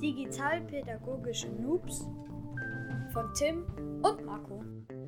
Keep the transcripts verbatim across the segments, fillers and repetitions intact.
Digitalpädagogische Noobs von Tim und Marco.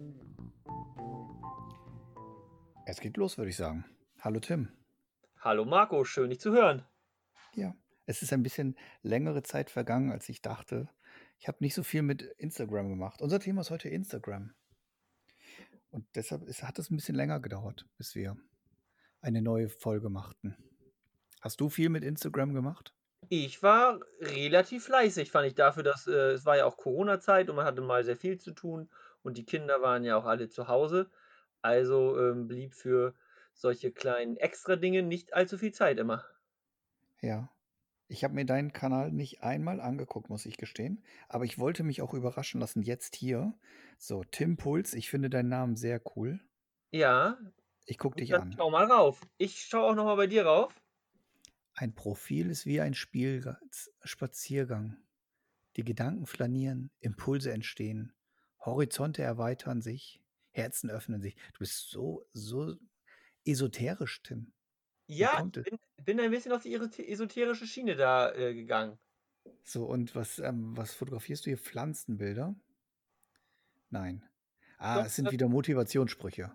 Es geht los, würde ich sagen. Hallo Tim. Hallo Marco, schön dich zu hören. Ja, es ist ein bisschen längere Zeit vergangen, als ich dachte. Ich habe nicht so viel mit Instagram gemacht. Unser Thema ist heute Instagram. Und deshalb ist, hat es ein bisschen länger gedauert, bis wir eine neue Folge machten. Hast du viel mit Instagram gemacht? Ich war relativ fleißig, fand ich dafür, dass äh, es war ja auch Corona-Zeit und man hatte mal sehr viel zu tun und die Kinder waren ja auch alle zu Hause. Also ähm, blieb für solche kleinen Extra-Dinge nicht allzu viel Zeit immer. Ja. Ich habe mir deinen Kanal nicht einmal angeguckt, muss ich gestehen. Aber ich wollte mich auch überraschen lassen, jetzt hier. So, Tim Puls, ich finde deinen Namen sehr cool. Ja, Ich gucke dich dann an. schau mal rauf. Ich schaue auch noch mal bei dir rauf. Ein Profil ist wie ein Spielspaziergang. Die Gedanken flanieren, Impulse entstehen, Horizonte erweitern sich, Herzen öffnen sich. Du bist so, so esoterisch, Tim. Wie Ja, kommt ich es? bin, bin ein bisschen auf die esote- esoterische Schiene da äh, gegangen. So, und was, ähm, was fotografierst du hier? Pflanzenbilder? Nein. Ah, Doch, es sind das, wieder Motivationssprüche.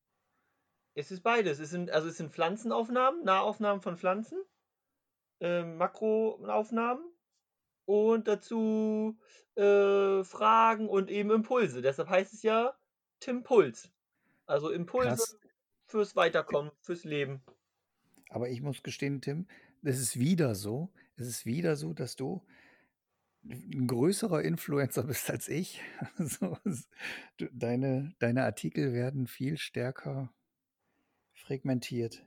es ist beides. Es sind, also es sind Pflanzenaufnahmen, Nahaufnahmen von Pflanzen, ähm, Makroaufnahmen. Und dazu äh, Fragen und eben Impulse. Deshalb heißt es ja Timpuls. Also Impulse Krass. fürs Weiterkommen, fürs Leben. Aber ich muss gestehen, Tim, es ist wieder so, es ist wieder so, dass du ein größerer Influencer bist als ich. So, es- du, deine, deine Artikel werden viel stärker fragmentiert.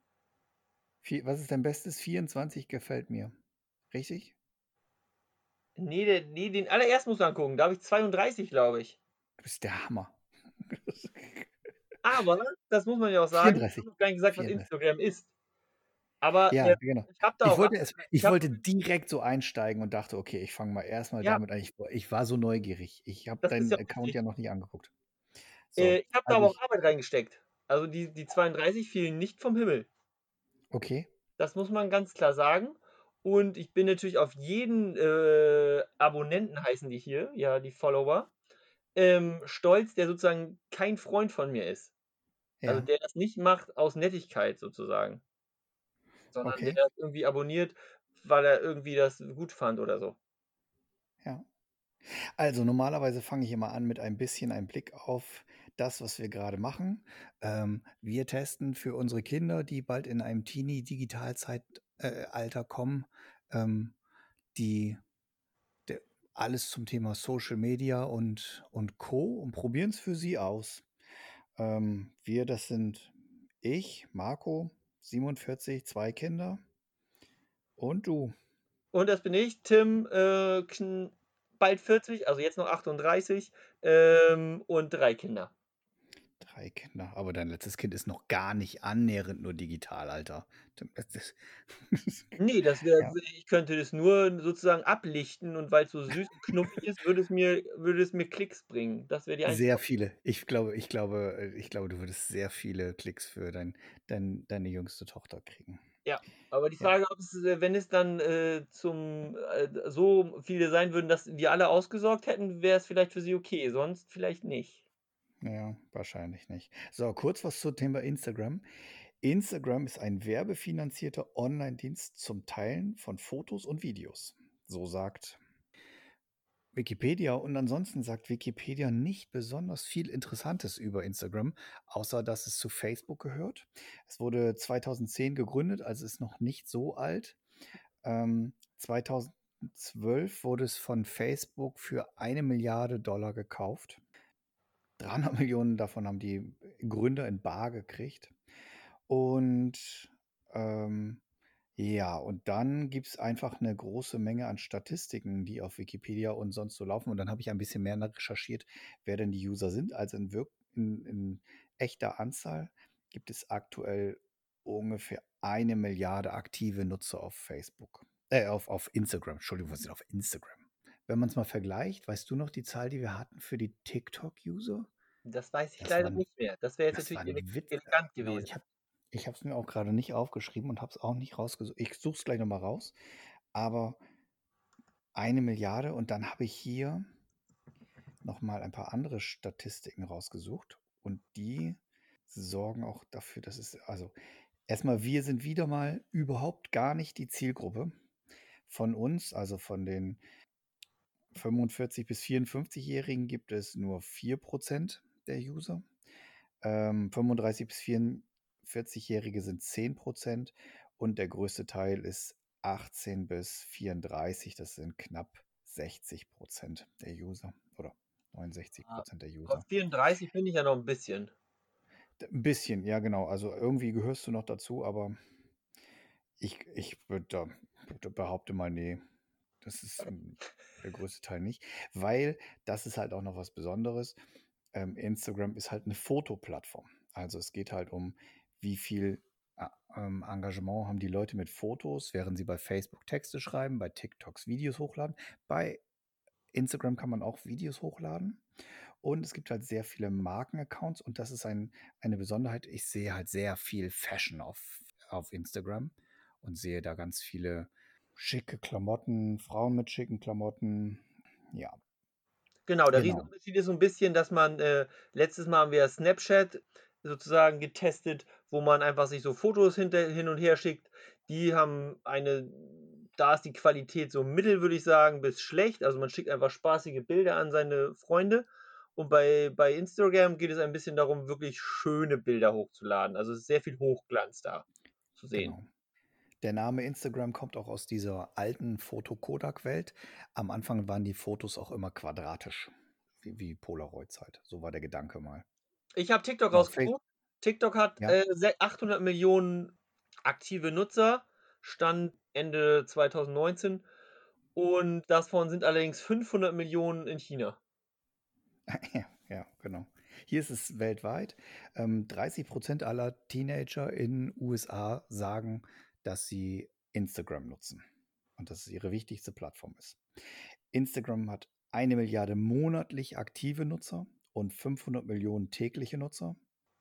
Vie- Was ist dein Bestes? vierundzwanzig gefällt mir. Richtig? Nee, der, nee, den allerersten musst du angucken. Da habe ich zweiunddreißig, glaube ich. Du bist der Hammer. Aber, das muss man ja auch sagen, ich vierunddreißig. habe noch gar nicht gesagt, was vierunddreißig. Instagram ist. Aber Ja, äh, genau. ich habe da Ich auch, wollte, es, ich ich habe, wollte direkt so einsteigen und dachte, okay, ich fange mal erstmal ja, damit an. Ich, ich war so neugierig. Ich habe das ist deinen ja Account richtig. ja noch nie angeguckt. So, Äh, ich habe da also aber auch ich, Arbeit reingesteckt. Also die, die zweiunddreißig fielen nicht vom Himmel. okay. Das muss man ganz klar sagen. Und ich bin natürlich auf jeden äh, Abonnenten, heißen die hier, ja, die Follower, ähm, stolz, der sozusagen kein Freund von mir ist. Also Ja, der das nicht macht aus Nettigkeit sozusagen, sondern der okay. das irgendwie abonniert, weil er irgendwie das gut fand oder so. Ja. Also normalerweise fange ich immer an mit ein bisschen einem Blick auf das, was wir gerade machen. Ähm, wir testen für unsere Kinder, die bald in einem Teenie-Digitalzeitalter kommen, ähm, die der, alles zum Thema Social Media und, und Co. und probieren es für sie aus. Ähm, wir, das sind ich, Marco, siebenundvierzig, zwei Kinder und du. Und das bin ich, Tim, äh, kn- bald vierzig, also jetzt noch achtunddreißig, ähm, und drei Kinder. Drei Kinder, aber dein letztes Kind ist noch gar nicht annähernd nur digital, Alter. Das ist, Nee, das wäre, ja, ich könnte das nur sozusagen ablichten und weil es so süß und knuffig ist, würde es mir, würde es mir Klicks bringen. Das wäre die einzige sehr Option. viele. Ich glaube, ich glaube, äh, ich glaube, du würdest sehr viele Klicks für dein, dein, deine jüngste Tochter kriegen. Ja, aber die Ja, Frage, ob es, äh, wenn es dann äh, zum äh, so viele sein würden, dass wir alle ausgesorgt hätten, wäre es vielleicht für sie okay, sonst vielleicht nicht. ja, wahrscheinlich nicht. So, kurz was zum Thema Instagram. Instagram ist ein werbefinanzierter Online-Dienst zum Teilen von Fotos und Videos. So sagt Wikipedia. Und ansonsten sagt Wikipedia nicht besonders viel Interessantes über Instagram, außer dass es zu Facebook gehört. Es wurde zweitausendzehn gegründet, also ist noch nicht so alt. Ähm, zweitausendzwölf wurde es von Facebook für eine Milliarde Dollar gekauft. dreihundert Millionen davon haben die Gründer in bar gekriegt. Und ähm, ja, und dann gibt es einfach eine große Menge an Statistiken, die auf Wikipedia und sonst so laufen. Und dann habe ich ein bisschen mehr recherchiert, wer denn die User sind. Also in, wirk in, in echter Anzahl gibt es aktuell ungefähr eine Milliarde aktive Nutzer auf Facebook. Äh, auf, auf Instagram. Entschuldigung, was ist auf Instagram? Wenn man es mal vergleicht, weißt du noch die Zahl, die wir hatten für die TikTok-User? Das weiß ich Das leider waren, nicht mehr. Das wäre jetzt das natürlich waren ele Witz. elegant Genau, gewesen. ich habe ich habe es mir auch gerade nicht aufgeschrieben und habe es auch nicht rausgesucht. Ich suche es gleich nochmal raus. Aber Eine Milliarde und dann habe ich hier noch mal ein paar andere Statistiken rausgesucht und die sorgen auch dafür, dass es also erstmal, wir sind wieder mal überhaupt gar nicht die Zielgruppe von uns, also von den fünfundvierzig bis vierundfünfzig-Jährigen gibt es nur vier Prozent der User. Ähm, fünfunddreißig bis vierundvierzig-Jährige sind zehn Prozent und der größte Teil ist achtzehn bis vierunddreißig. Das sind knapp sechzig Prozent der User oder neunundsechzig Ah, Prozent der Auf User. vierunddreißig bin ich ja noch ein bisschen. D- Ein bisschen, ja genau. Also irgendwie gehörst du noch dazu, aber ich, ich würde behaupte mal, nee, das ist mm, der größte Teil nicht, weil das ist halt auch noch was Besonderes. Ähm, Instagram ist halt eine Fotoplattform. Also es geht halt um, wie viel äh, ähm, Engagement haben die Leute mit Fotos, während sie bei Facebook Texte schreiben, bei TikToks Videos hochladen. Bei Instagram kann man auch Videos hochladen. Und es gibt halt sehr viele Markenaccounts und das ist ein, eine Besonderheit. Ich sehe halt sehr viel Fashion auf, auf Instagram und sehe da ganz viele schicke Klamotten, Frauen mit schicken Klamotten. Ja, Genau, der genau. Riesenunterschied ist so ein bisschen, dass man äh, letztes Mal haben wir Snapchat sozusagen getestet, wo man einfach sich so Fotos hinter, hin und her schickt. Die haben eine, da ist die Qualität so mittel, würde ich sagen, bis schlecht. Also man schickt einfach spaßige Bilder an seine Freunde. Und bei, bei Instagram geht es ein bisschen darum, wirklich schöne Bilder hochzuladen. Also es ist sehr viel Hochglanz da zu sehen. Genau. Der Name Instagram kommt auch aus dieser alten Foto-Kodak-Welt. Am Anfang waren die Fotos auch immer quadratisch, wie, wie Polaroids halt. So war der Gedanke mal. Ich habe TikTok Genau, Face rausgesucht. TikTok hat ja. äh, se- achthundert Millionen aktive Nutzer, Stand Ende zweitausendneunzehn. Und davon sind allerdings fünfhundert Millionen in China. Ja, ja, genau. Hier ist es weltweit. Ähm, dreißig Prozent aller Teenager in U S A sagen, dass sie Instagram nutzen und dass es ihre wichtigste Plattform ist. Instagram hat eine Milliarde monatlich aktive Nutzer und fünfhundert Millionen tägliche Nutzer.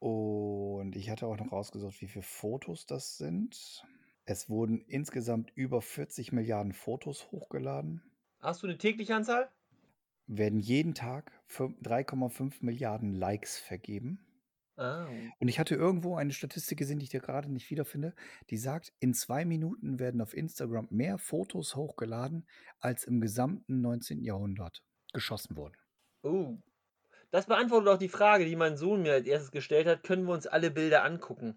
Und ich hatte auch noch rausgesucht, wie viele Fotos das sind. Es wurden insgesamt über vierzig Milliarden Fotos hochgeladen, Hast du eine tägliche Anzahl? werden jeden Tag fün- drei Komma fünf Milliarden Likes vergeben. Ah. Und ich hatte irgendwo eine Statistik gesehen, die ich dir gerade nicht wiederfinde, die sagt, in zwei Minuten werden auf Instagram mehr Fotos hochgeladen, als im gesamten neunzehnten Jahrhundert geschossen wurden. Oh. Das beantwortet auch die Frage, die mein Sohn mir als erstes gestellt hat. Können wir uns alle Bilder angucken?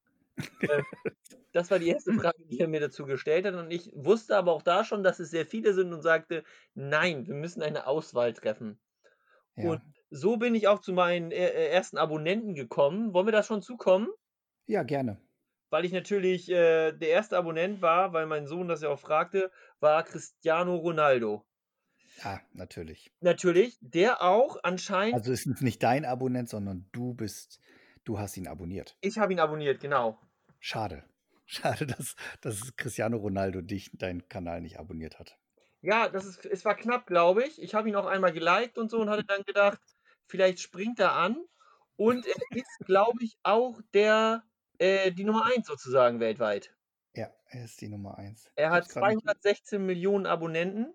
äh, das war die erste Frage, die er mir dazu gestellt hat. Und ich wusste aber auch da schon, dass es sehr viele sind und sagte, nein, wir müssen eine Auswahl treffen. Und Ja, so bin ich auch zu meinen äh, äh, ersten Abonnenten gekommen. Wollen wir da schon zukommen? ja, gerne. Weil ich natürlich äh, der erste Abonnent war, weil mein Sohn das ja auch fragte, war Cristiano Ronaldo. Ah, natürlich. Natürlich, der auch anscheinend, Also ist es nicht dein Abonnent, sondern du bist, du hast ihn abonniert. ich habe ihn abonniert, genau. Schade. Schade, dass, dass Cristiano Ronaldo dich, deinen Kanal nicht abonniert hat. Ja, das ist, es war knapp, glaube ich. Ich habe ihn auch einmal geliked und so und hatte dann gedacht, vielleicht springt er an. Und er ist, glaube ich, auch der, äh, die Nummer eins sozusagen weltweit. Ja, er ist die Nummer eins. Er Ich habe hat es gerade nicht. zweihundertsechzehn Millionen Abonnenten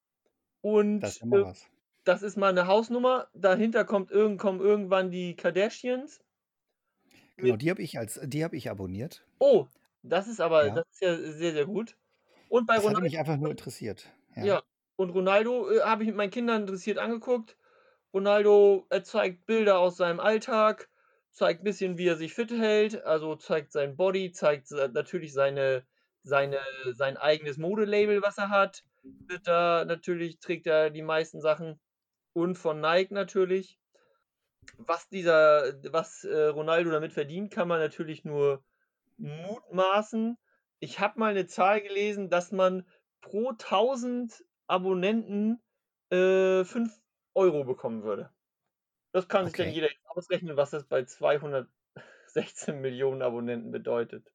Das ist und immer äh, was. das ist mal eine Hausnummer. Dahinter kommt irgend, kommen irgendwann die Kardashians. Genau, Mit, die habe ich als, die habe ich abonniert. oh, das ist aber, Ja. das ist ja sehr, sehr gut. Und bei Es hatte Ronaldo, mich einfach nur interessiert. Ja. ja, und Ronaldo äh, habe ich mit meinen Kindern interessiert angeguckt. Ronaldo, er zeigt Bilder aus seinem Alltag, zeigt ein bisschen, wie er sich fit hält, also zeigt sein Body, zeigt se- natürlich seine, seine, sein eigenes Modelabel, was er hat. Wird da natürlich trägt er die meisten Sachen und von Nike natürlich. Was dieser, was äh, Ronaldo damit verdient, kann man natürlich nur mutmaßen. Ich habe mal eine Zahl gelesen, dass man pro tausend Abonnenten äh, fünf Euro bekommen würde. Das kann sich dann Okay. jeder jetzt ausrechnen, was das bei zweihundertsechzehn Millionen Abonnenten bedeutet.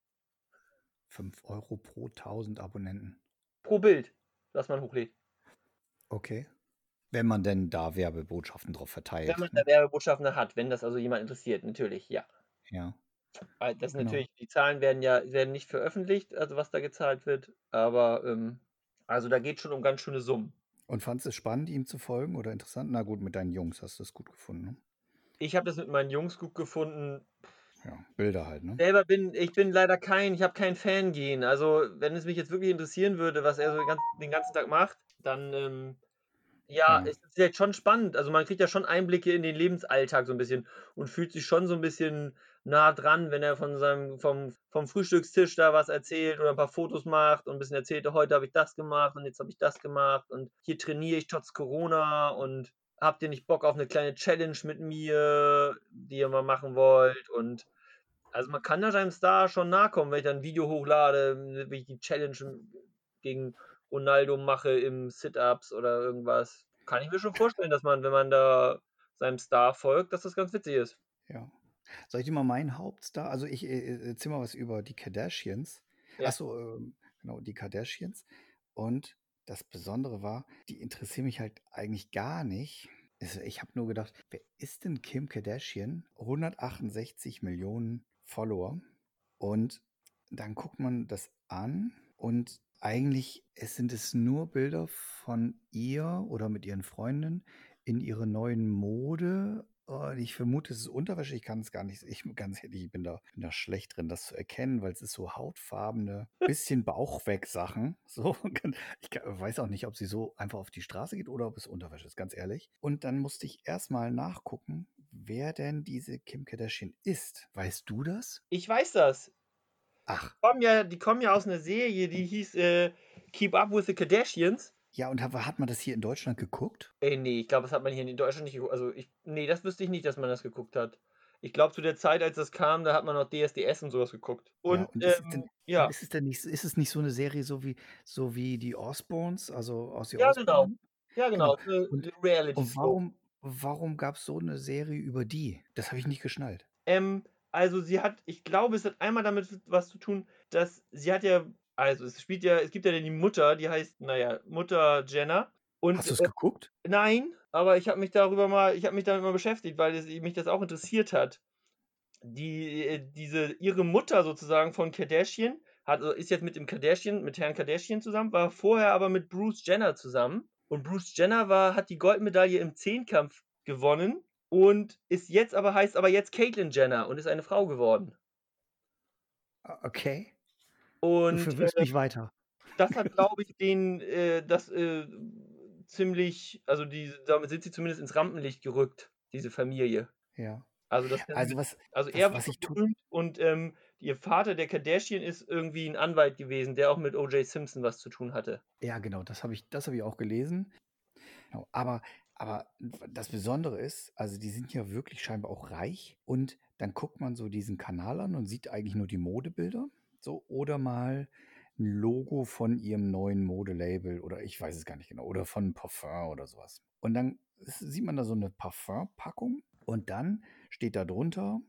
fünf Euro pro tausend Abonnenten. Pro Bild, das man hochlädt. Okay. Wenn man denn da Werbebotschaften drauf Wenn verteilt. man da Ne? Werbebotschaften hat, wenn das also jemand interessiert, natürlich, ja. Ja, Weil das genau. natürlich, die Zahlen werden ja werden nicht veröffentlicht, also was da gezahlt wird, aber ähm, Also da geht schon um ganz schöne Summen. Und fandst du es spannend, ihm zu folgen oder interessant? Na gut, mit deinen Jungs hast du es gut gefunden, ne? Ich habe das mit meinen Jungs gut gefunden. Ja, Bilder halt, ne? Selber bin ich bin leider kein ich habe kein Fan-Gen. Also, wenn es mich jetzt wirklich interessieren würde, was er so den ganzen den ganzen Tag macht, dann, ähm, ja, Ja. es ist jetzt schon spannend. Also, man kriegt ja schon Einblicke in den Lebensalltag so 'n bisschen und fühlt sich schon so 'n bisschen nah dran, wenn er von seinem vom vom Frühstückstisch da was erzählt oder 'n paar Fotos macht und 'n bisschen erzählt: „Heute habe ich das gemacht und jetzt habe ich das gemacht und hier trainiere ich trotz Corona und habt ihr nicht Bock auf 'ne kleine Challenge mit mir, die ihr mal machen wollt?“ Und also, man kann da seinem Star schon nahe kommen, wenn ich dann 'n Video hochlade, wie ich die Challenge gegen Ronaldo mache im Sit-Ups oder irgendwas. Kann ich mir schon vorstellen, dass man, wenn man da seinem Star folgt, dass das ganz witzig ist. Ja. Soll ich dir mal meinen Hauptstar also, ich, äh, erzähle mal was über die Kardashians. Ach Ja. so, ähm, genau, die Kardashians. Und das Besondere war, die interessieren mich halt eigentlich gar nicht. Also, ich habe nur gedacht: „Wer ist denn Kim Kardashian?“ hundertachtundsechzig Millionen Follower. Und dann guckt man das an und eigentlich es sind es nur Bilder von ihr oder mit ihren Freundinnen in ihrer neuen Mode. Und ich vermute, es ist Unterwäsche. Ich kann es gar nicht ich ganz ehrlich, ich bin da bin da schlecht drin, das zu erkennen, weil es ist so hautfarbene, bisschen Bauch weg Sachen. So, ich ka weiß auch nicht, ob sie so einfach auf die Straße geht oder ob es Unterwäsche ist, ganz ehrlich. Und dann musste ich erst mal nachgucken, wer denn diese Kim Kardashian ist. Weißt du das? Ich weiß das. Ach. Die kommen ja die kommen ja aus 'ner Serie, die hieß, äh, „Keep Up with the Kardashians“. Ja, und ha hat man das hier in Deutschland geguckt? Äh, ne, ich glaube, das hat man hier in Deutschland nicht geguckt. Also, ich ne, das wüsste ich nicht, dass man das geguckt hat. Ich glaube, zu der Zeit, als das kam, da hat man noch DSDS und so was geguckt. Ja, Und, und ist es denn ähm, und ja. ist es denn nicht ist es nicht so 'ne Serie so wie so wie die Osbournes, also Ozzy Ja, genau. Osbourne? Ja, genau, Genau. so 'ne Und und Reality-Soap. warum warum gab's so 'ne Serie über die? Das habe ich nicht geschnallt. Ähm, also, sie hat ich glaube, es hat einmal damit was zu tun, dass sie hat ja also, es spielt ja es gibt ja die Mutter, die heißt, na ja, Mutter Jenner und, Hast du's äh geguckt? nein, aber ich habe mich darüber mal ich habe mich damit mal beschäftigt, weil es mich das auch interessiert hat. Die äh, diese ihre Mutter sozusagen von Kardashian hat ist jetzt mit dem Kardashian mit Herrn Kardashian zusammen, war vorher aber mit Bruce Jenner zusammen. Und Bruce Jenner war hat die Goldmedaille im Zehnkampf gewonnen und ist jetzt aber heißt aber jetzt Caitlyn Jenner und ist eine Frau geworden. O okay. Du Und, verwirrst ähm, mich weiter. das hat, glaube ich, den äh, das, äh, ziemlich also, die damit sind sie zumindest ins Rampenlicht gerückt, diese Familie. Ja. Also, das Also, was also, was er war was schon ich to berühmt und, ähm, ihr Vater, der Kardashian, ist irgendwie 'n Anwalt gewesen, der auch mit O J Simpson was zu tun hatte. Ja, genau, das habe ich das habe ich auch gelesen. Genau, aber aber das Besondere ist, also, die sind ja wirklich scheinbar auch reich und dann guckt man so diesen Kanal an und sieht eigentlich nur die Modebilder, so oder mal 'n Logo von ihrem neuen Modelabel oder ich weiß es gar nicht genau oder von Parfum oder so was. Und dann s sieht man da so 'ne Parfum-Packung und dann steht da drunter: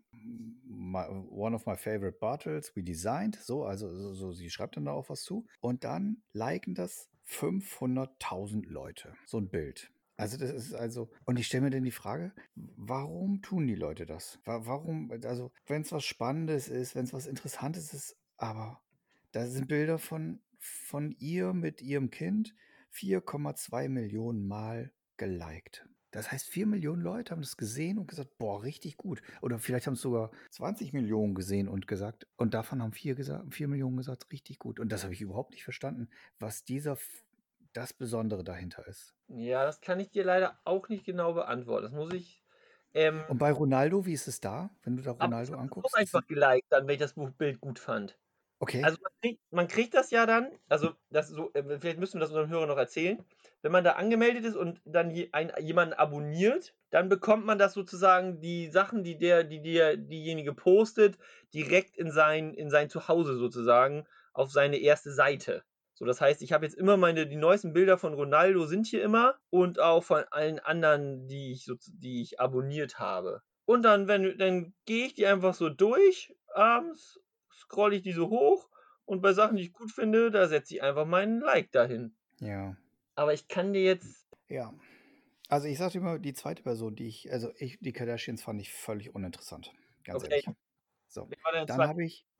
„My one of my favorite bottles we designed“, so, also, so so sie schreibt dann da auch was zu. Und dann liken das fünfhunderttausend Leute, so 'n Bild. Also, das ist also und ich stelle mir dann die Frage: Warum tun die Leute das? Wa warum also, wenn's was Spannendes ist, wenn's was Interessantes ist, aber da sind Bilder von von ihr mit ihrem Kind vier Komma zwei Millionen Mal geliked. Das heißt, vier Millionen Leute haben das gesehen und gesagt: „Boah, richtig gut.“ Oder vielleicht haben's sogar zwanzig Millionen gesehen und gesagt und davon haben vier gesa vier Millionen gesagt: „Richtig gut.“ Und das habe ich überhaupt nicht verstanden, was dieser f das Besondere dahinter ist. Ja, das kann ich dir leider auch nicht genau beantworten. Das muss ich, ähm Und bei Ronaldo, wie ist es da, wenn du da Aber ich Ronaldo habe das auch anguckst? Ist einfach es geliked dann, wenn ich das Buch Bild gut fand. Okay. Also, man kriegt man kriegt das ja dann also, das so äh, vielleicht müssen wir das unseren Hörern noch erzählen. Wenn man da angemeldet ist und dann je ein jemanden abonniert, dann bekommt man das sozusagen die Sachen, die der die der diejenige postet, direkt in sein in sein Zuhause sozusagen auf seine erste Seite. So, das heißt, ich habe jetzt immer meine die neuesten Bilder von Ronaldo sind hier immer und auch von allen anderen, die ich sozu die ich abonniert habe. Und dann, wenn dann gehe ich die einfach so durch abends, scrolle ich die so hoch und bei Sachen, die ich gut finde, da setze ich einfach meinen Like dahin. Ja. Aber ich kann dir jetzt Ja. Also, ich sage dir mal, die zweite Person, die ich also, ich die Kardashians fand ich völlig uninteressant, ganz Okay. ehrlich. So, Wer war dein dann zweit habe ich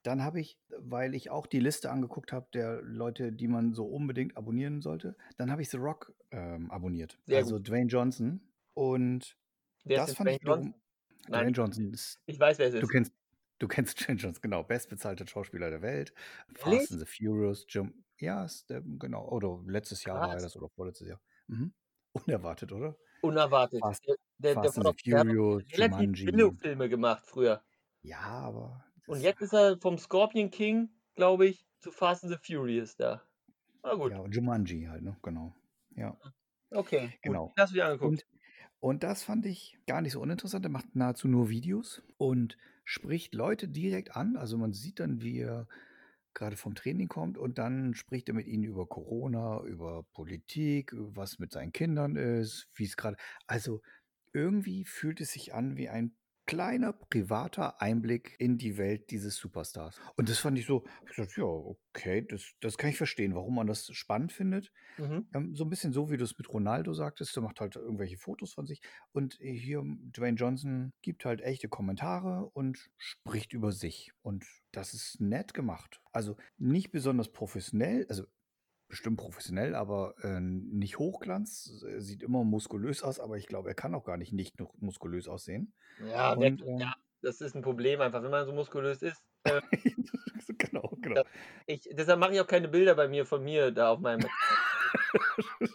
Dann habe ich, weil ich auch die Liste angeguckt habe der Leute, die man so unbedingt abonnieren sollte, dann habe ich The Rock ähm, abonniert. Sehr gut. Also Dwayne Johnson. Und Wer ist das denn fand Dwayne ich wiederum. Johnson? Nein, Dwayne ich, Johnson ist. ich weiß, wer es Du ist. kennst, du kennst Dwayne Johnson, genau. Bestbezahlter Schauspieler der Welt. Ehrlich? Fast and the Furious, Jim. Ja, ist der, genau. Oder letztes Jahr war er Krass. das oder vorletztes Jahr. Mhm. Unerwartet, oder? Unerwartet. Fast, Der, der, der, Fast war and the doch, der hat doch Furious, relativ Jumanji. Billo-Filme gemacht früher. Ja, aber. Und Das, jetzt ist er vom Scorpion King, glaube ich, zu Fast and the Furious da. Na gut. ja, und Jumanji halt, ne? Genau. Ja, Okay, gut. genau. Den hast du dir angeguckt. Und, und das fand ich gar nicht so uninteressant. Er macht nahezu nur Videos und spricht Leute direkt an. Also man sieht dann, wie er gerade vom Training kommt und dann spricht er mit ihnen über Corona, über Politik, was mit seinen Kindern ist, wie es gerade. Also irgendwie fühlt es sich an wie ein kleiner privater Einblick in die Welt dieses Superstars. Und das fand ich so, hab ich gesagt, ja, okay, das, das kann ich verstehen, warum man das spannend findet. Mhm. Ähm, so ein bisschen so, wie du es mit Ronaldo sagtest, der macht halt irgendwelche Fotos von sich. Und hier Dwayne Johnson gibt halt echte Kommentare und spricht über sich. Und das ist nett gemacht. Also nicht besonders professionell, also bestimmt professionell, aber äh, nicht Hochglanz. Er sieht immer muskulös aus, aber ich glaube, er kann auch gar nicht nicht noch muskulös aussehen. Ja, wer, Und ja, ähm, das ist ein Problem einfach, wenn man so muskulös ist. Äh, genau, genau. das, ich, deshalb mache ich auch keine Bilder bei mir von mir da auf meinem Account.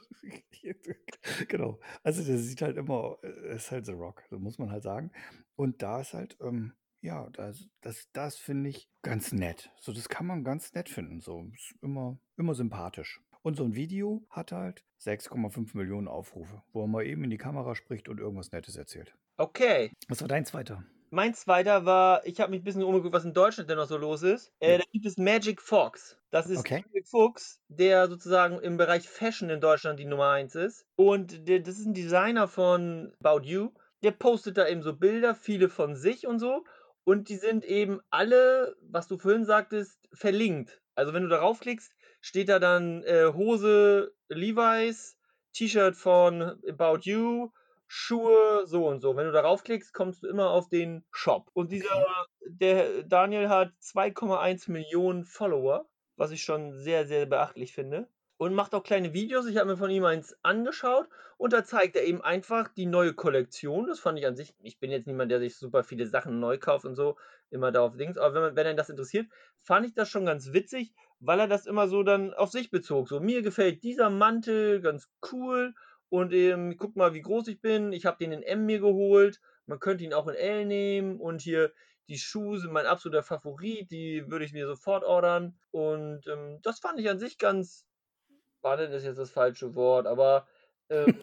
Genau. Also der sieht halt immer, äh, ist halt The Rock, so muss man halt sagen. Und da ist halt, ähm, ja, das, das, das finde ich ganz nett. So, das kann man ganz nett finden. So, ist immer, immer sympathisch. Und so ein Video hat halt sechs Komma fünf Millionen Aufrufe, wo er mal eben in die Kamera spricht und irgendwas Nettes erzählt. Okay. Was war dein zweiter? Mein zweiter war, ich habe mich ein bisschen umgeguckt, was in Deutschland denn noch so los ist. Äh, Jo. da gibt es Magic Fox. Das ist Okay. Magic Fuchs, der sozusagen im Bereich Fashion in Deutschland die Nummer eins ist. Und der, das ist ein Designer von About You. Der postet da eben so Bilder, viele von sich und so. Und die sind eben alle, was du vorhin sagtest, verlinkt. Also wenn du darauf klickst, steht da dann äh, Hose Levi's, T-Shirt von About You, Schuhe, so und so. Wenn du darauf klickst, kommst du immer auf den Shop. Und dieser, Okay. der Daniel hat zwei Komma eins Millionen Follower, was ich schon sehr, sehr beachtlich finde. Und macht auch kleine Videos. Ich habe mir von ihm eins angeschaut und da zeigt er eben einfach die neue Kollektion. Das fand ich an sich, ich bin jetzt niemand, der sich super viele Sachen neu kauft und so, immer da auf Dings. Aber wenn, man, wenn einen das interessiert, fand ich das schon ganz witzig, weil er das immer so dann auf sich bezog. So, mir gefällt dieser Mantel ganz cool und ähm, guck mal, wie groß ich bin. Ich habe den in M mir geholt. Man könnte ihn auch in L nehmen. Und hier die Schuhe sind mein absoluter Favorit. Die würde ich mir sofort ordern. Und ähm, das fand ich an sich ganz spannend, ist jetzt das falsche Wort. Aber ähm,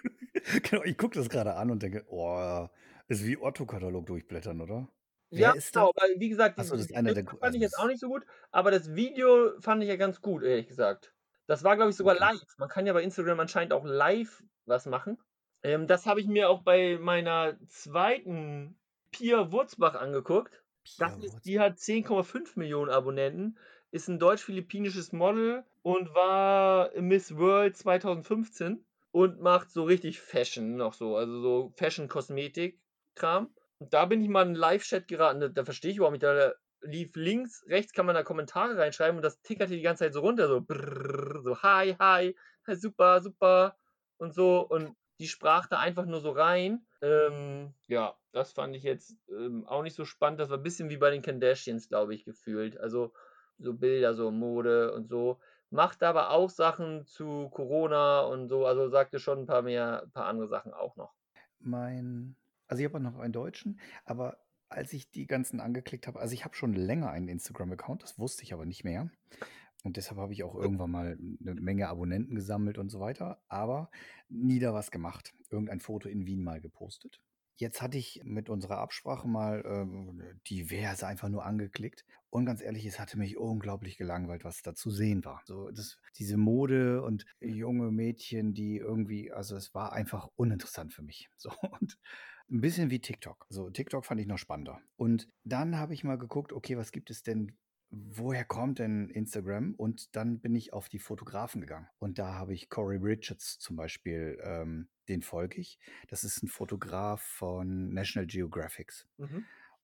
Genau, ich gucke das gerade an und denke, oh, ist wie Otto-Katalog durchblättern, oder? ja, Wer ist das? genau. Weil, wie gesagt, die, Achso, das die ist einer der. Bilder Gro- fand Also ich jetzt auch das, nicht so gut. Aber das Video fand ich ja ganz gut, ehrlich gesagt. Das war, glaube ich, sogar okay. live. Man kann ja bei Instagram anscheinend auch live was machen. Ähm, das habe ich mir auch bei meiner zweiten Pia Wurzbach angeguckt. Das Pia ist, Wurz. die hat zehn Komma fünf Millionen Abonnenten, ist ein deutsch-philippinisches Model und war Miss World zwanzig fünfzehn und macht so richtig Fashion noch so, also so Fashion-Kosmetik-Kram. Und da bin ich mal in einen Live-Chat geraten, da, da verstehe ich überhaupt nicht, da lief links, rechts kann man da Kommentare reinschreiben und das tickerte die ganze Zeit so runter, so brrr, so hi, hi, super, super und so und die sprach da einfach nur so rein. Ähm, ja, das fand ich jetzt ähm, auch nicht so spannend. Das war ein bisschen wie bei den Kardashians, glaube ich, gefühlt. Also so Bilder, so Mode und so. Macht aber auch Sachen zu Corona und so. Also sagte schon ein paar mehr, ein paar andere Sachen auch noch. Mein, also ich habe auch noch einen deutschen, aber als ich die ganzen angeklickt habe, also ich habe schon länger einen Instagram-Account, das wusste ich aber nicht mehr. Und deshalb habe ich auch irgendwann mal eine Menge Abonnenten gesammelt und so weiter, aber nie da was gemacht. Irgendein Foto in Wien mal gepostet. Jetzt hatte ich mit unserer Absprache mal ähm, diverse einfach nur angeklickt. Und ganz ehrlich, es hatte mich unglaublich gelangweilt, was da zu sehen war. So, das, diese Mode und junge Mädchen, die irgendwie, also es war einfach uninteressant für mich. So, und ein bisschen wie TikTok. So, TikTok fand ich noch spannender. Und dann habe ich mal geguckt, okay, was gibt es denn, woher kommt denn Instagram? Und dann bin ich auf die Fotografen gegangen. Und da habe ich Corey Richards zum Beispiel, ähm, den folge ich. Das ist ein Fotograf von National Geographic. Mhm.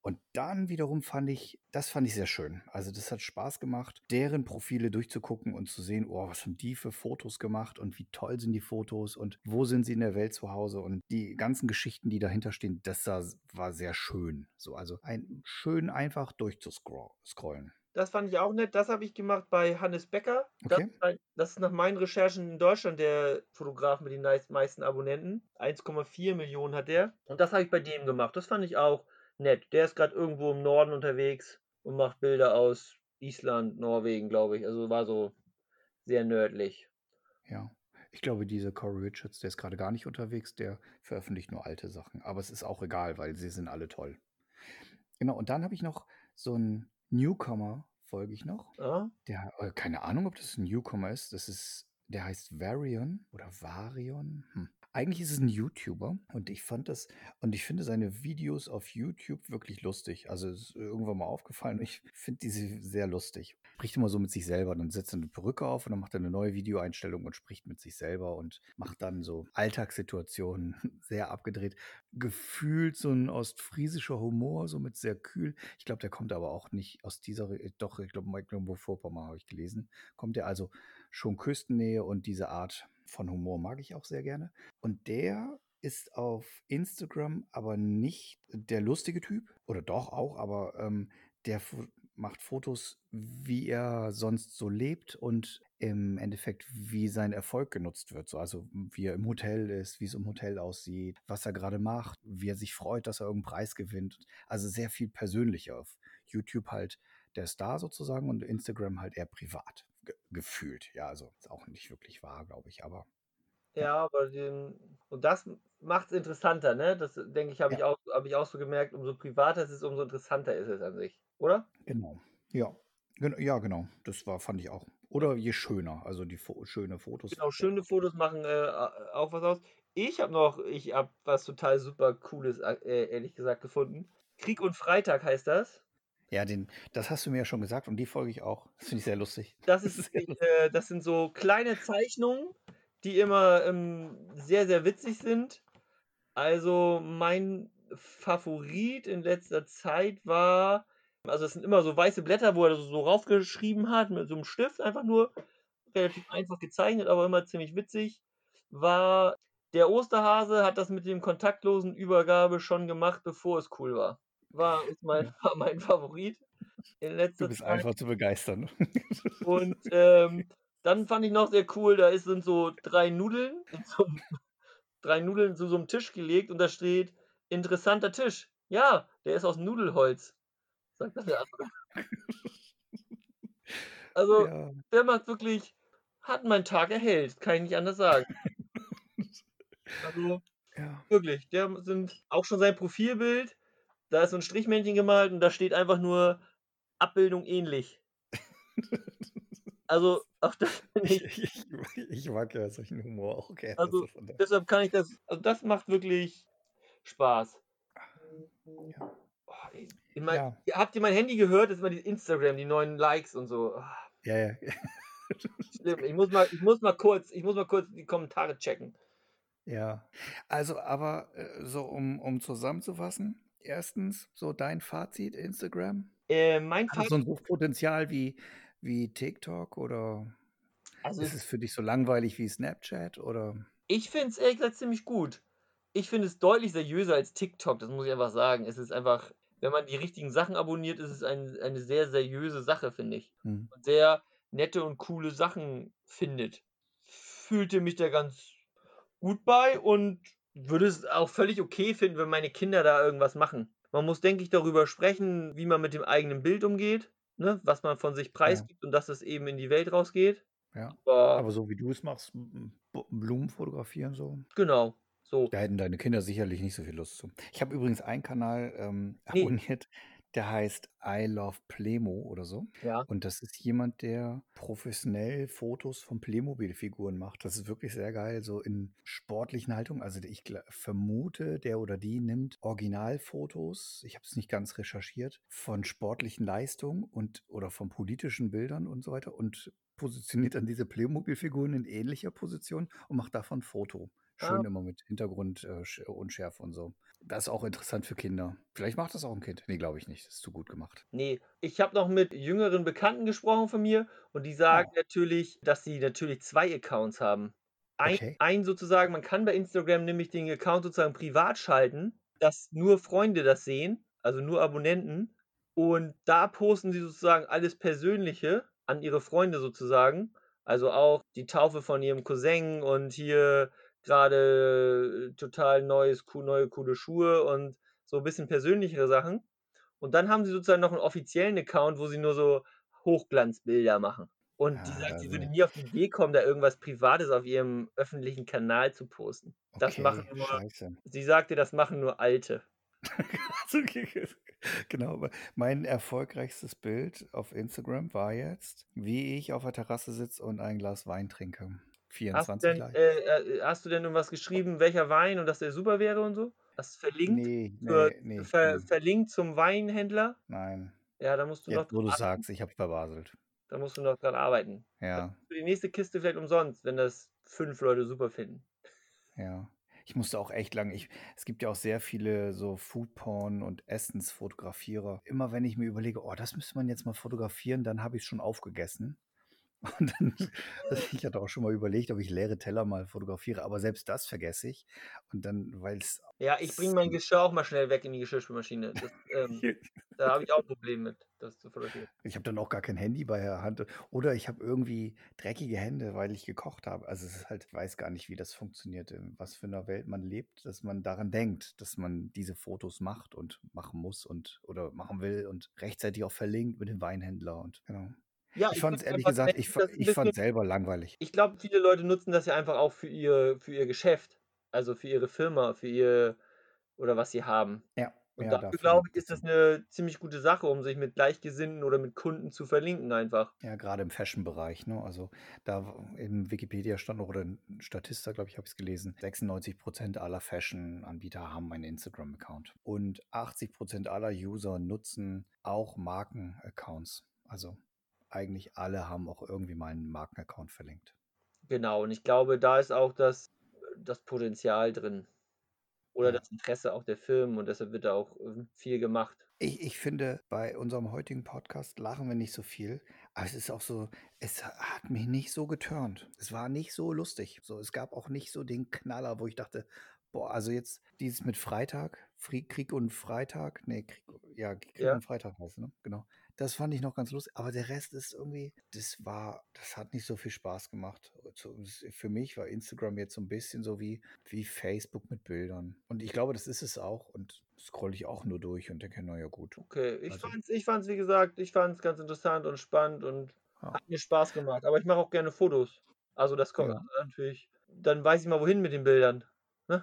Und dann wiederum fand ich das fand ich sehr schön. Also, das hat Spaß gemacht, deren Profile durchzugucken und zu sehen: „Oh, was haben die für Fotos gemacht und wie toll sind die Fotos und wo sind sie in der Welt zu Hause?“ Und die ganzen Geschichten, die dahinter stehen, das da war sehr schön. So, also, ein schön einfach durchzuscroll scrollen. Das fand ich auch nett. Das habe ich gemacht bei Hannes Becker. Das Okay. ist halt das ist nach meinen Recherchen in Deutschland der Fotograf mit den neis meisten Abonnenten. eins Komma vier Millionen hat der. Und das habe ich bei dem gemacht. Das fand ich auch nett. Der ist gerade irgendwo im Norden unterwegs und macht Bilder aus Island, Norwegen, glaube ich. Also war so sehr nördlich. Ja. Ich glaube, dieser Corey Richards, der ist gerade gar nicht unterwegs, der veröffentlicht nur alte Sachen. Aber es ist auch egal, weil sie sind alle toll. Genau, und dann habe ich noch so 'n Newcomer, folge ich noch. Aha. Der äh, keine Ahnung, ob das 'n Newcomer ist. Das ist der heißt Varion oder Varion? Hm. Eigentlich ist es 'n YouTuber und ich fand das und ich finde seine Videos auf YouTube wirklich lustig. Also, es ist irgendwann mal aufgefallen und ich finde diese sehr lustig. Spricht immer so mit sich selber, dann setzt er 'ne Perücke auf und dann macht er 'ne neue Videoeinstellung und spricht mit sich selber und macht dann so Alltagssituationen sehr abgedreht. Gefühlt so 'n ostfriesischer Humor, so mit sehr kühl. Ich glaube, der kommt aber auch nicht aus dieser Re doch, ich glaube, Mecklenburg-Vorpommern habe ich gelesen. Kommt der also schon Küstennähe und diese Art von Humor mag ich auch sehr gerne. Und der ist auf Instagram aber nicht der lustige Typ oder doch auch, aber, ähm, der fo macht Fotos, wie er sonst so lebt und im Endeffekt, wie sein Erfolg genutzt wird. So, also, wie er im Hotel ist, wie's im Hotel aussieht, was er gerade macht, wie er sich freut, dass er irgend 'n Preis gewinnt. Also, sehr viel persönlicher. Auf YouTube halt der Star sozusagen und Instagram halt eher privat ge gefühlt. Ja, also, ist auch nicht wirklich wahr, glaube ich, aber ja. Ja, aber den und das macht's interessanter, ne? Das, denke ich, habe ich Ja. auch habe ich auch so gemerkt, umso privater es ist, umso interessanter ist es an sich, oder? Genau. Ja. Gen ja, genau. Das war fand ich auch. Ja. Oder je schöner, also, die Fo schöne Fotos. Genau, schöne Fotos machen, äh, a auch was aus. Ich habe noch ich habe was total super Cooles, a äh, ehrlich gesagt gefunden. Krieg und Freitag heißt das. Ja, den das hast du mir ja schon gesagt und die folge ich auch. Das finde ich sehr lustig. Das Das ist ist sehr wirklich lustig. äh, das sind so kleine Zeichnungen, die immer, ähm, sehr, sehr witzig sind. Also, mein Favorit in letzter Zeit war also, es sind immer so weiße Blätter, wo er so raufgeschrieben hat mit so 'nem Stift einfach nur. Relativ einfach gezeichnet, aber immer ziemlich witzig. War der Osterhase hat das mit dem kontaktlosen Übergabe schon gemacht, bevor es cool war. War ist mein Ja. war mein Favorit in Du letzter bist Zeit. einfach zu begeistern. Und, ähm, dann fand ich noch sehr cool, da ist sind so drei Nudeln in so 'm drei Nudeln zu so 'm Tisch gelegt und da steht: „Interessanter Tisch. Ja, der ist aus Nudelholz“, sagt dann der andere. Also, Ja. der macht wirklich hat meinen Tag erhellt, kann ich nicht anders sagen. Also, Ja. wirklich, der sind auch schon sein Profilbild, da ist so 'n Strichmännchen gemalt und da steht einfach nur Abbildung ähnlich. Also, auch das finde Ich ich ich ich ich mag ja solchen Humor auch gerne, Also, so von daher. deshalb kann ich das also, das macht wirklich Spaß. Ja. Oh, ey, ich meine, Ja. habt ihr mein Handy gehört? Das ist immer die Instagram, die neuen Likes und so. Ja, ja. Schlimm. Ich muss mal ich muss mal kurz ich muss mal kurz die Kommentare checken. Ja. Also, aber, äh, so um um zusammenzufassen, erstens so dein Fazit Instagram? Äh, mein Hat es so 'n Fazit Suchtpotenzial wie wie TikTok oder Also, ist es es für dich so langweilig wie Snapchat oder? Ich finde es ehrlich gesagt ziemlich gut. Ich finde es deutlich seriöser als TikTok, das muss ich einfach sagen. Es ist einfach wenn man die richtigen Sachen abonniert, ist es ein eine sehr seriöse Sache, finde ich. Mhm. Und sehr nette und coole Sachen findet. Fühlte mich da ganz gut bei und würde es auch völlig okay finden, wenn meine Kinder da irgendwas machen. Man muss, denke ich, darüber sprechen, wie man mit dem eigenen Bild umgeht, ne, was man von sich Ja. preisgibt und dass es eben in die Welt rausgeht. Ja. Aber Aber so wie du es machst, b b Blumen fotografieren so Genau, so. da hätten deine Kinder sicherlich nicht so viel Lust zu. Ich habe übrigens einen Kanal, ähm, Ne. abonniert, der heißt I Love Plemo oder so. Ja. Und das ist jemand, der professionell Fotos von Playmobil-Figuren macht. Das ist wirklich sehr geil, so in sportlichen Haltungen. Also, ich gla vermute, der oder die nimmt Originalfotos, ich habe es nicht ganz recherchiert, von sportlichen Leistungen und oder von politischen Bildern und so weiter und positioniert dann diese Playmobil-Figuren in ähnlicher Position und macht davon 'n Foto. Schön Ah. immer mit Hintergrund, äh, Sch Unschärfe und so. Das ist auch interessant für Kinder. Vielleicht macht das auch 'n Kind. Ne, glaube ich nicht. Das ist zu gut gemacht. Ne, ich habe noch mit jüngeren Bekannten gesprochen von mir und die sagen Oh. natürlich, dass sie natürlich zwei Accounts haben. Ein Okay. einen sozusagen man kann bei Instagram nämlich den Account sozusagen privat schalten, dass nur Freunde das sehen, also nur Abonnenten. Und da posten sie sozusagen alles Persönliche an ihre Freunde sozusagen. Also auch die Taufe von ihrem Cousin und hier grade total neues co neue coole Schuhe und so bisschen persönlichere Sachen. Und dann haben sie sozusagen noch 'n offiziellen Account, wo sie nur so Hochglanzbilder machen. Und die Ah, sagt, da sie würde sind nie auf die Idee kommen, da irgendwas Privates auf ihrem öffentlichen Kanal zu posten. Das machen Okay, nur scheiße. sie sagte, das machen nur Alte. Genau, aber mein erfolgreichstes Bild auf Instagram war jetzt, wie ich auf der Terrasse sitze und ein Glas Wein trinke. Hast du vierundzwanzig denn Likes. äh, äh, hast du denn irgendwas geschrieben, welcher Wein und dass der super wäre und so? Hast verlinkt Ne, zur ne, ne, ver ne. verlinkt zum Weinhändler? Nein. Ja, da musst du noch Jetzt, wo dran du's arbeiten. sagst, ich habe verbaselt. Da musst du noch dran arbeiten. Dann Ja. kriegst du die nächste Kiste vielleicht umsonst, wenn das fünf Leute super finden. Ja. Ich musste auch echt lange ich es gibt ja auch sehr viele so Foodporn und Essensfotografierer. Immer wenn ich mir überlege: „Oh, das müsste man jetzt mal fotografieren“, dann habe ich's schon aufgegessen. Und dann ich hatte auch schon mal überlegt, ob ich leere Teller mal fotografiere, aber selbst das vergesse ich. Und dann, weil's Ja, ich bringe s mein Geschirr auch mal schnell weg in die Geschirrspülmaschine. Das, ähm da habe ich auch 'n Problem mit, das zu fotografieren. Ich habe dann auch gar kein Handy bei der Hand oder ich habe irgendwie dreckige Hände, weil ich gekocht habe. Also, es ist halt ich weiß gar nicht, wie das funktioniert, in was für 'ner Welt man lebt, dass man daran denkt, dass man diese Fotos macht und machen muss und oder machen will und rechtzeitig auch verlinkt mit dem Weinhändler und genau. Ja, Ich ich fand's finde ehrlich einfach, gesagt ich fa das 'n ich bisschen fand's selber langweilig. ich glaube, viele Leute nutzen das ja einfach auch für ihr für ihr Geschäft, also für ihre Firma, für ihr oder was sie haben. Ja, Und ja, dafür, dafür glaube ich, macht das ist das Sinn. 'ne ziemlich gute Sache, um sich mit Gleichgesinnten oder mit Kunden zu verlinken einfach. Ja, grade im Fashion-Bereich, ne? Also, da w in Wikipedia stand noch oder in Statista, glaube ich, habe ich's gelesen, sechsundneunzig Prozent aller Fashion-Anbieter haben einen Instagram-Account. Und achtzig Prozent aller User nutzen auch Marken-Accounts. Also, eigentlich alle haben auch irgendwie mal 'n Marken-Account verlinkt. Genau, und ich glaube, da ist auch das das Potenzial drin oder Ja. das Interesse auch der Firmen und deshalb wird da auch, ähm, viel gemacht. Ich ich finde, bei unserem heutigen Podcast lachen wir nicht so viel, aber es ist auch so es hat mich nicht so geturnt. Es war nicht so lustig. So, es gab auch nicht so den Knaller, wo ich dachte: „Boah, also jetzt dieses mit Freitag, Fri Krieg und Freitag“, ne, Krieg ja, Krieg Ja. und Freitag heißt, ne? Genau. Das fand ich noch ganz lustig, aber der Rest ist irgendwie das war das hat nicht so viel Spaß gemacht. So s für mich war Instagram jetzt so 'n bisschen so wie wie Facebook mit Bildern. Und ich glaube, das ist es auch und scrolle ich auch nur durch und denke: „Na ja, gut.“ Okay, ich Also fand's ich fand's, wie gesagt ich fand's ganz interessant und spannend und Ja. hat mir Spaß gemacht. Aber ich mache auch gerne Fotos. Also, das kommt Ja. natürlich dann weiß ich mal, wohin mit den Bildern, ne?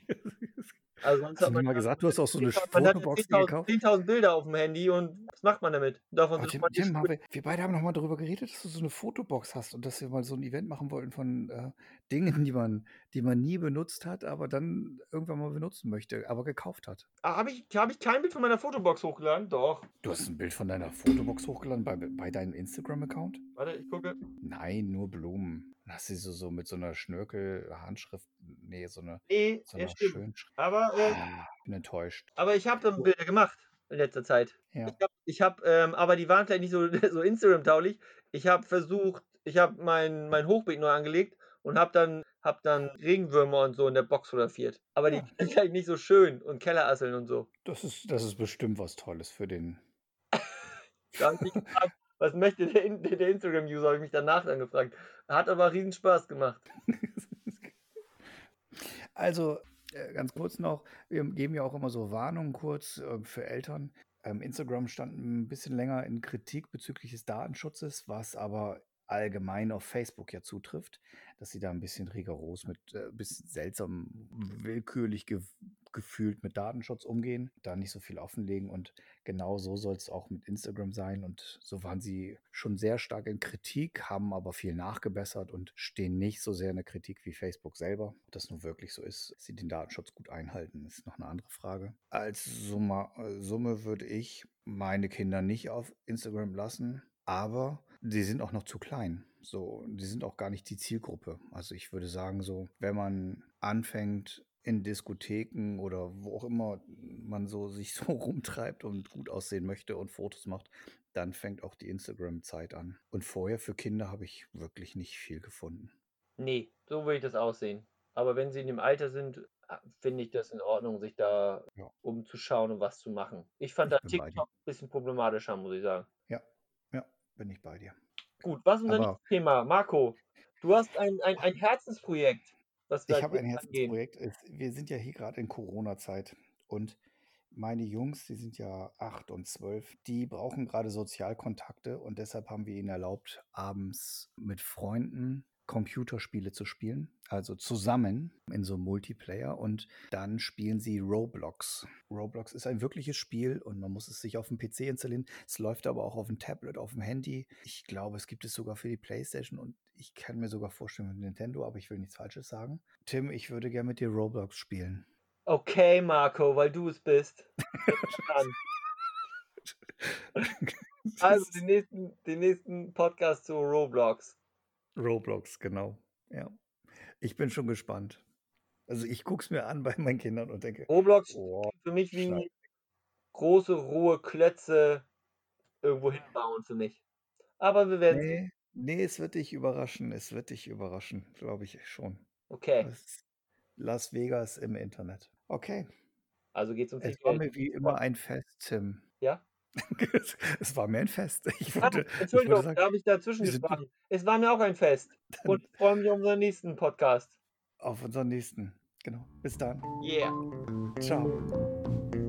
Also, sonst Hast hat du man nicht mal ja gesagt, du hast auch so 'ne Sch man hat ja Fotobox dir zehntausend gekauft? zehntausend Bilder aufm Handy und was macht man damit? Davon Aber sind Tim manche Tim, haben schön. wir wir beide haben noch mal darüber geredet, dass du so 'ne Fotobox hast und dass wir mal so 'n Event machen wollten von, äh, Dingen, die man die man nie benutzt hat, aber dann irgendwann mal benutzen möchte, aber gekauft hat. Ah, habe ich habe ich kein Bild von meiner Fotobox hochgeladen? Doch. Du hast 'n Bild von deiner Fotobox hochgeladen bei bei deinem Instagram-Account? Warte, ich gucke. Nein, nur Blumen. Hast du sie so so mit so 'ner Schnörkel-Handschrift ne, so 'ne Ne, so ja 'ner stimmt. schönen Sch Aber, äh ah, bin enttäuscht. aber ich habe dann Bilder gemacht in letzter Zeit. Ich Ja. habe ich habe, ähm aber die waren vielleicht nicht so so Instagram-tauglich. Ich habe versucht ich habe mein mein Hochbeet neu angelegt und habe dann habe dann Regenwürmer und so in der Box fotografiert. Aber die Ja. sind halt nicht so schön und Kellerasseln und so. Das ist das ist bestimmt was Tolles für den Da habe ich mich gefragt: „Was möchte der In der Instagram-User?“ Habe ich mich danach dann gefragt. Hat aber Riesenspaß gemacht. Also, äh, ganz kurz noch, wir geben ja auch immer so Warnungen kurz, äh, für Eltern. Ähm, Instagram stand 'n bisschen länger in Kritik bezüglich des Datenschutzes, was aber allgemein auf Facebook ja zutrifft, dass sie da 'n bisschen rigoros mit äh, bisschen seltsam willkürlich gef gefühlt mit Datenschutz umgehen, da nicht so viel offenlegen und genau so soll's auch mit Instagram sein und so waren sie schon sehr stark in Kritik, haben aber viel nachgebessert und stehen nicht so sehr in der Kritik wie Facebook selber. Ob das nun wirklich so ist, dass sie den Datenschutz gut einhalten, ist noch 'ne andere Frage. Als Summa äh, Summe würde ich meine Kinder nicht auf Instagram lassen, aber Die sind auch noch zu klein. So, die sind auch gar nicht die Zielgruppe. Also ich würde sagen, so, wenn man anfängt in Diskotheken oder wo auch immer man so sich so rumtreibt und gut aussehen möchte und Fotos macht, dann fängt auch die Instagram-Zeit an. Und vorher für Kinder habe ich wirklich nicht viel gefunden. Nee, so würde ich das aussehen. Aber wenn sie in dem Alter sind, ah, finde ich das in Ordnung, sich da Ja, umzuschauen und was zu machen. Ich fand ich da bin bei dir. TikTok ein bisschen problematischer, muss ich sagen. Ja, ja, bin ich bei dir. Gut, was ist unser Aber nächstes Thema? Marco, du hast ein, ein, ein Herzensprojekt, was wir ich als habe ein nächstes angehen. Herzensprojekt. Es, wir sind ja hier gerade in Corona-Zeit und meine Jungs, die sind ja acht und zwölf, die brauchen gerade Sozialkontakte und deshalb haben wir ihnen erlaubt, abends mit Freunden Computerspiele zu spielen, also zusammen in so einem Multiplayer und dann spielen sie Roblox. Roblox ist ein wirkliches Spiel und man muss es sich auf dem P C installieren. Es läuft aber auch auf dem Tablet, auf dem Handy. Ich glaube, es gibt es sogar für die PlayStation und ich kann mir sogar vorstellen mit Nintendo, aber ich will nichts Falsches sagen. Tim, ich würde gerne mit dir Roblox spielen. Okay, Marco, weil du es bist. An. Also den nächsten, den nächsten Podcast zu Roblox. Roblox, genau. Ja. Ich bin schon gespannt. Also ich gucke es mir an bei meinen Kindern und denke, Roblox oh, klingt für mich wie Scheiße. große, rohe Klötze irgendwo hinbauen für mich. Aber wir werden sehen. Nee, nee, es wird dich überraschen. Es wird dich überraschen, glaube ich schon. Okay, Das ist Las Vegas im Internet. Okay. also geht's um viel Es war Geld. mir wie immer ein Fest, Tim. Ja? Es, es war mir ein Fest. Ich Ah, wollte, ich wollte Entschuldigung, sagen, da habe ich dazwischen wir sind gesprochen. Es war mir auch ein Fest. Und ich freue mich auf unseren nächsten Podcast. auf unseren nächsten. Genau. Bis dann. Yeah. Ciao.